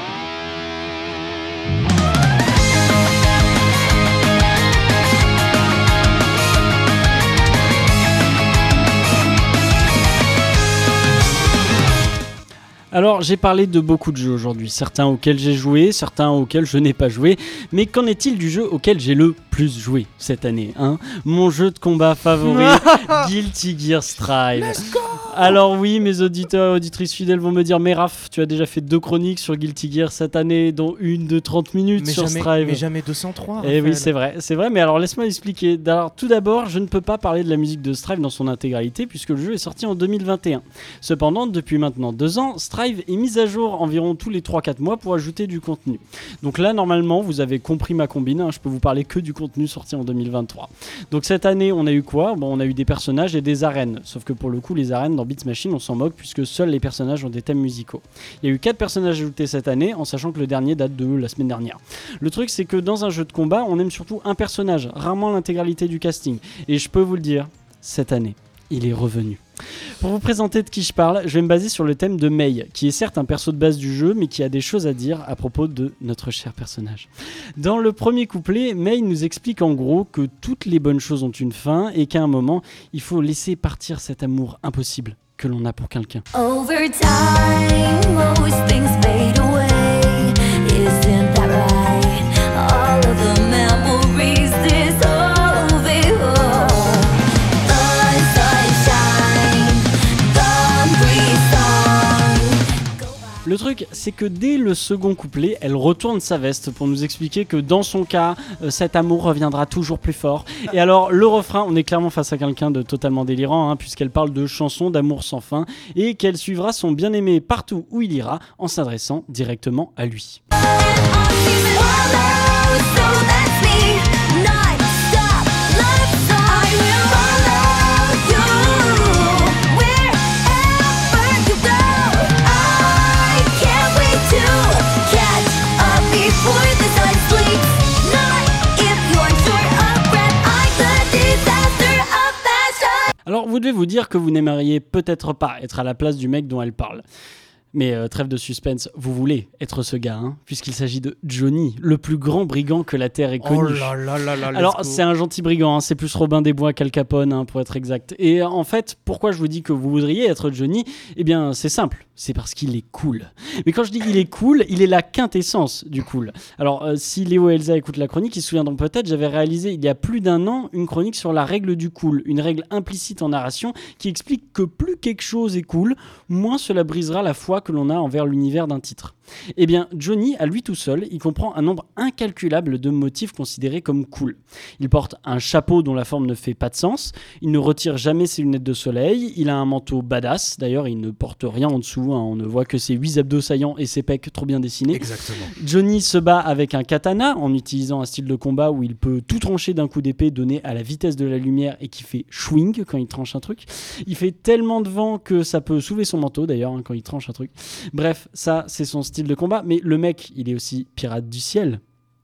Alors, j'ai parlé de beaucoup de jeux aujourd'hui, certains auxquels j'ai joué, certains auxquels je n'ai pas joué, mais qu'en est-il du jeu auquel j'ai le plus joué cette année, hein ? Mon jeu de combat favori, Guilty Gear Strive. Alors oui, mes auditeurs et auditrices fidèles vont me dire, mais Raph, tu as déjà fait 2 chroniques sur Guilty Gear cette année, dont une de 30 minutes Mais sur jamais, Strive. mais jamais 203. Eh oui, Raphaël. c'est vrai, mais alors laisse-moi expliquer. Alors, tout d'abord, je ne peux pas parler de la musique de Strive dans son intégralité puisque le jeu est sorti en 2021. Cependant, depuis maintenant 2 ans, Strive est mis à jour environ tous les 3-4 mois pour ajouter du contenu. Donc là, normalement, vous avez compris ma combine, hein, je peux vous parler que du contenu sorti en 2023. Donc cette année, on a eu quoi ? Bon, on a eu des personnages et des arènes, sauf que pour le coup, les arènes dans Beats Machine, on s'en moque puisque seuls les personnages ont des thèmes musicaux. Il y a eu 4 personnages ajoutés cette année, en sachant que le dernier date de la semaine dernière. Le truc, c'est que dans un jeu de combat, on aime surtout un personnage, rarement l'intégralité du casting. Et je peux vous le dire, cette année, il est revenu. Pour vous présenter de qui je parle, je vais me baser sur le thème de Mei, qui est certes un perso de base du jeu, mais qui a des choses à dire à propos de notre cher personnage. Dans le premier couplet, Mei nous explique en gros que toutes les bonnes choses ont une fin et qu'à un moment, il faut laisser partir cet amour impossible que l'on a pour quelqu'un. Over time, most things fade away. Isn't that right? All of the memories dissolve. truc, c'est que dès le second couplet, elle retourne sa veste pour nous expliquer que dans son cas, cet amour reviendra toujours plus fort. Et alors, le refrain, on est clairement face à quelqu'un de totalement délirant, puisqu'elle parle de chansons d'amour sans fin et qu'elle suivra son bien-aimé partout où il ira en s'adressant directement à lui. Alors vous devez vous dire que vous n'aimeriez peut-être pas être à la place du mec dont elle parle. Mais trêve de suspense, vous voulez être ce gars, puisqu'il s'agit de Johnny, le plus grand brigand que la Terre ait connu. Oh là là là là. Alors c'est un gentil brigand, c'est plus Robin des Bois qu'Al Capone, pour être exact. Et en fait, pourquoi je vous dis que vous voudriez être Johnny ? Eh bien c'est simple, c'est parce qu'il est cool. Mais quand je dis qu'il est cool, il est la quintessence du cool. Alors si Léo et Elsa écoutent la chronique, ils se souviendront peut-être, j'avais réalisé il y a plus d'1 an une chronique sur la règle du cool, une règle implicite en narration qui explique que plus quelque chose est cool, moins cela brisera la foi que l'on a envers l'univers d'un titre. Eh bien, Johnny, à lui tout seul, il comprend un nombre incalculable de motifs considérés comme cool. Il porte un chapeau dont la forme ne fait pas de sens, il ne retire jamais ses lunettes de soleil, il a un manteau badass, d'ailleurs il ne porte rien en dessous, on ne voit que ses 8 abdos saillants et ses pecs trop bien dessinés. Exactement. Johnny se bat avec un katana en utilisant un style de combat où il peut tout trancher d'un coup d'épée donné à la vitesse de la lumière et qui fait swing quand il tranche un truc. Il fait tellement de vent que ça peut soulever son manteau d'ailleurs quand il tranche un truc. Bref, ça c'est son style de combat, mais le mec il est aussi pirate du ciel.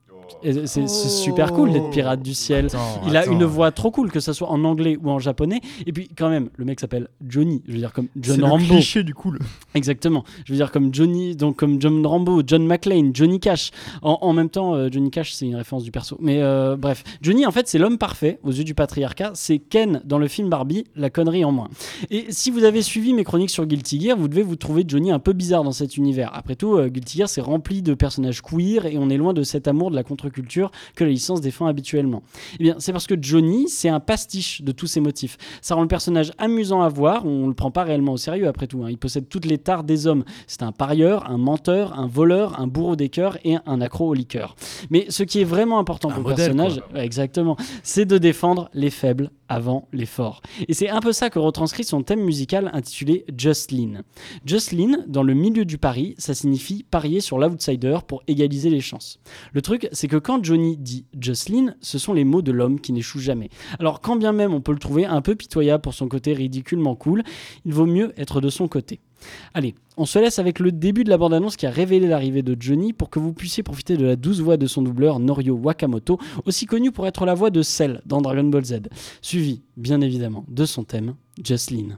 Et c'est super cool d'être pirate du ciel. Il a une voix trop cool, que ça soit en anglais ou en japonais. Et puis quand même, le mec s'appelle Johnny. Je veux dire comme John Rambo. C'est le cliché du cool. Exactement. Je veux dire comme Johnny, donc comme John Rambo, John McClane, Johnny Cash. En même temps, Johnny Cash c'est une référence du perso. Mais bref, Johnny en fait c'est l'homme parfait aux yeux du patriarcat. C'est Ken dans le film Barbie, la connerie en moins. Et si vous avez suivi mes chroniques sur Guilty Gear, vous devez vous trouver Johnny un peu bizarre dans cet univers. Après tout, Guilty Gear c'est rempli de personnages queer et on est loin de cet amour de la contre-culture que la licence défend habituellement. Eh bien, c'est parce que Johnny, c'est un pastiche de tous ces motifs. Ça rend le personnage amusant à voir, on le prend pas réellement au sérieux après tout. Il possède toutes les tares des hommes. C'est un parieur, un menteur, un voleur, un bourreau des cœurs et un accro aux liqueurs. Mais ce qui est vraiment important pour le personnage, exactement, c'est de défendre les faibles avant les forts. Et c'est un peu ça que retranscrit son thème musical intitulé Just Lean. Just Lean, dans le milieu du pari, ça signifie parier sur l'outsider pour égaliser les chances. Le truc, c'est que quand Johnny dit Just Lean, ce sont les mots de l'homme qui n'échoue jamais. Alors quand bien même on peut le trouver un peu pitoyable pour son côté ridiculement cool, il vaut mieux être de son côté. Allez, on se laisse avec le début de la bande-annonce qui a révélé l'arrivée de Johnny pour que vous puissiez profiter de la douce voix de son doubleur Norio Wakamoto, aussi connu pour être la voix de Cell dans Dragon Ball Z, suivi bien évidemment de son thème Just Lean.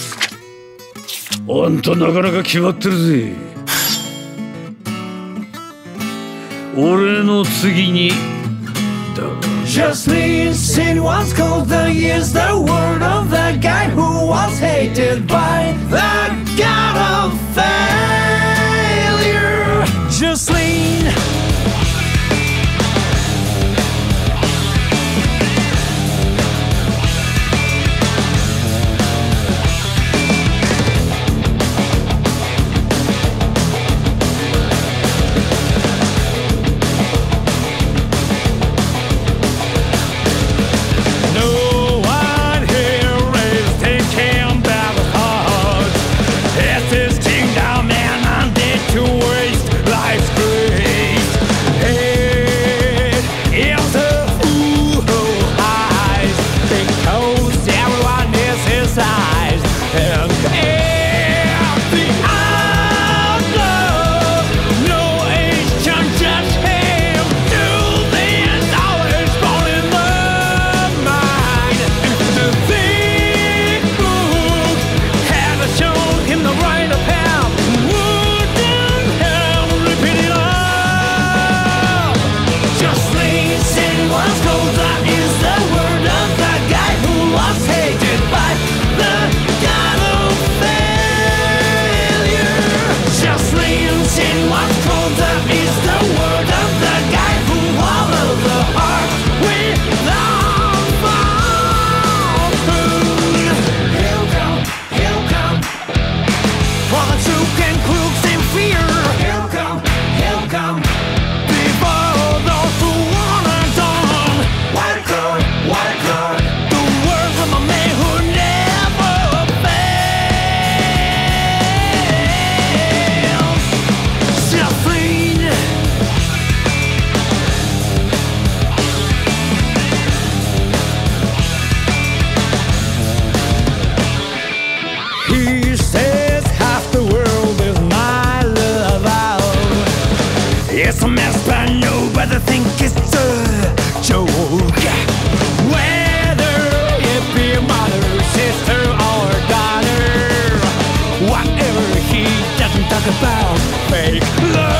あんたなかなか決まってるぜ。俺の次にだ。 Just lean, sin was called the years, the word of the guy who was hated by the god of failure. Just lean. but I think it's a joke. Whether it be a mother, sister, or daughter, whatever, he doesn't talk about fake love.